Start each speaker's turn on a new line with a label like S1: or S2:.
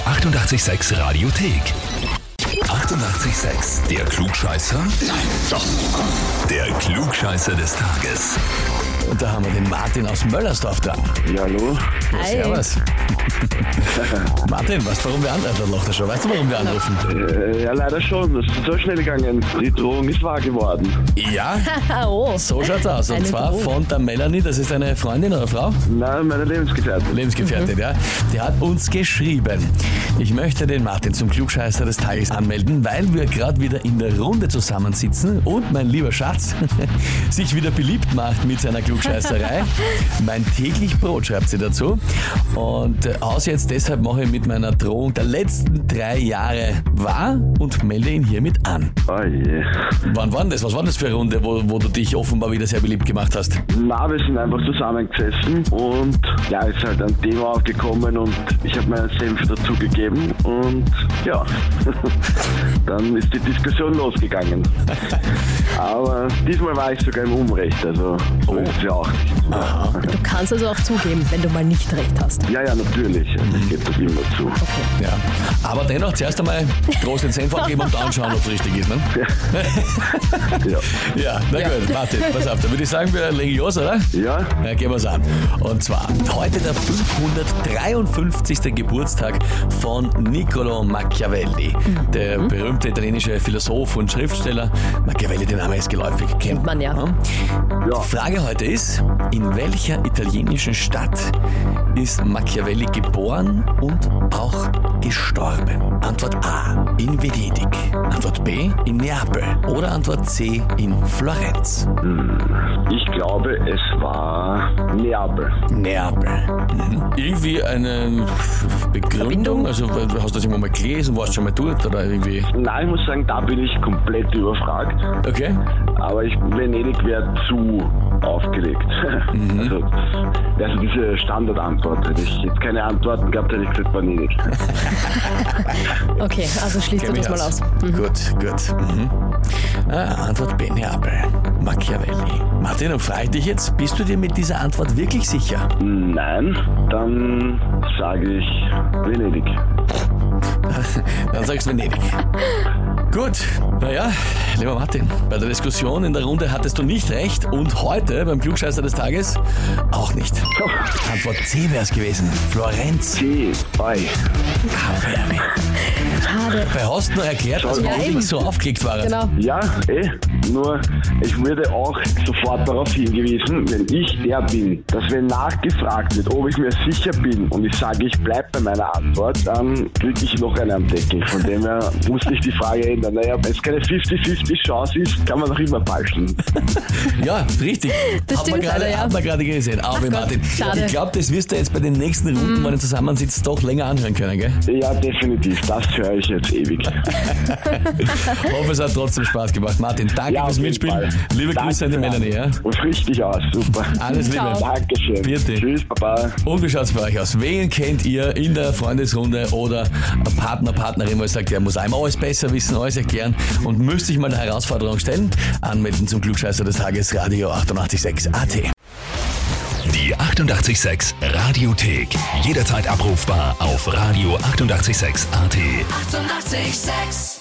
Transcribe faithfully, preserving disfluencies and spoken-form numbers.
S1: achtundachtzig Komma sechs Radiothek. achtundachtzig Komma sechs, der Klugscheißer? Nein, doch. Der Klugscheißer des Tages.
S2: Und da haben wir den Martin aus Möllersdorf dran.
S3: Ja, hallo.
S2: Ja, servus. Martin, weißt du, warum wir anrufen? Noch schon. Weißt du, warum wir anrufen?
S3: Äh, ja, leider schon. Das ist so schnell gegangen. Die Drohung ist wahr geworden.
S2: Ja,
S4: Oh.
S2: so schaut's aus. Und
S4: Eine
S2: zwar
S4: Drohung.
S2: von der Melanie, das ist eine Freundin oder Frau?
S3: Nein, meine Lebensgefährtin.
S2: Lebensgefährtin, ja. Die hat uns geschrieben, ich möchte den Martin zum Klugscheißer des Tages anmelden, weil wir gerade wieder in der Runde zusammensitzen und mein lieber Schatz sich wieder beliebt macht mit seiner Klugscheißerei. Mein täglich Brot, schreibt sie dazu. Und äh, aus jetzt deshalb mache ich mit meiner Drohung der letzten drei Jahre wahr und melde ihn hiermit an.
S3: Oh je.
S2: Wann war denn das? Was war das für eine Runde, wo, wo du dich offenbar wieder sehr beliebt gemacht hast?
S3: Na, wir sind einfach zusammengesessen und ja, ist halt ein Thema aufgekommen und ich habe meinen Senf dazugegeben und ja, dann ist die Diskussion losgegangen. Aber diesmal war ich sogar im Unrecht, also so ist es ja auch nicht.
S2: Aha.
S4: Du kannst also auch zugeben, wenn du mal nicht recht hast.
S3: Ja, ja, natürlich. Ich gebe das immer zu.
S4: Okay.
S2: Ja. Aber dennoch zuerst einmal groß den Senf abgeben und anschauen, ob es richtig ist. Ne?
S3: Ja,
S2: Ja, na gut, Martin, pass auf, dann würde ich sagen, wir legen los, oder?
S3: ja?
S2: Ja, gehen wir's an. Und zwar heute der fünfhundertdreiundfünfzigste Geburtstag von Niccolo Machiavelli, der berühmte italienische Philosoph und Schriftsteller. Machiavelli, der Name ist geläufig, kennt
S4: Man ja.
S2: Die
S3: Ja.
S2: Frage heute ist, in welcher italienischen Stadt ist Machiavelli geboren und auch gestorben? Antwort A, in Venedig. Antwort B, in Neapel. Oder Antwort C, in Florenz.
S3: Ich glaube, es war Neapel.
S2: Neapel. Mhm. Irgendwie eine Begründung? Also hast du das irgendwann mal gelesen, warst du schon mal dort oder irgendwie?
S3: Nein, ich muss sagen, da bin ich komplett überfragt.
S2: Okay.
S3: Aber ich, Venedig wäre zu aufgelegt.
S2: Mhm.
S3: Also, also diese Standardantwort. Hätte ich jetzt keine Antworten gehabt, hätte ich gesagt Venedig.
S4: Okay, also schließt du
S2: Kenn
S4: das
S2: mich
S4: mal aus. Mhm.
S2: Gut, gut. Mhm. Ah, Antwort B, Neapel. Machiavelli. Martin, und frage ich dich jetzt, bist du dir mit dieser Antwort wirklich sicher?
S3: Nein, dann sage ich Venedig.
S2: Dann sagst du Venedig. Gut, naja, lieber Martin, bei der Diskussion in der Runde hattest du nicht recht und heute beim Klugscheißer des Tages auch nicht. Antwort C wäre es gewesen. Florenz.
S3: C, oi.
S4: Schade.
S2: Bei hast du noch erklärt, dass
S4: Ja,
S2: wir
S4: eben.
S2: nicht so aufgelegt waren.
S4: Genau.
S3: Ja, eh, nur ich wurde auch sofort darauf hingewiesen, wenn ich der bin, dass wenn nachgefragt wird, ob ich mir sicher bin und ich sage, ich bleibe bei meiner Antwort, dann kriege ich noch eine am Deckel. Von dem her musste ich die Frage ändern. Naja, wenn es keine fünfzig fünfzig Chance ist, kann man noch immer falschen.
S2: Ja, richtig.
S4: Das
S2: Hat man
S4: stimmt
S2: gerade,
S4: leider, ja.
S2: hat man gerade gesehen. Aber
S4: Gott,
S2: Martin,
S4: schade.
S2: ich glaube, das wirst du jetzt bei den nächsten Runden, wenn du zusammensitzt, doch länger anhören können, gell?
S3: Ja, definitiv. Das höre ich jetzt ewig.
S2: Hoffe, es hat trotzdem Spaß gemacht. Martin, danke
S3: Ja, auf
S2: fürs
S3: jeden
S2: Mitspielen.
S3: Fall.
S2: Liebe
S3: Danke
S2: Grüße an die
S3: für
S2: Melanie. Ja?
S3: Und richtig aus, super.
S2: Alles Liebe.
S4: Ciao.
S3: Dankeschön.
S2: Vierte.
S3: Tschüss, Papa.
S2: Und wie schaut es bei euch aus? Wen kennt ihr in der Freundesrunde oder ein Partner, Partnerin, wo ihr sagt, er muss einmal alles besser wissen, alles erklären und müsste sich mal eine Herausforderung stellen? Anmelden zum Klugscheißer des Tages, Radio achtundachtzig Komma sechs A T.
S1: Die achtundachtzig Komma sechs Radiothek. Jederzeit abrufbar auf Radio achtundachtzig Komma sechs A T.
S5: Eighty-eight point six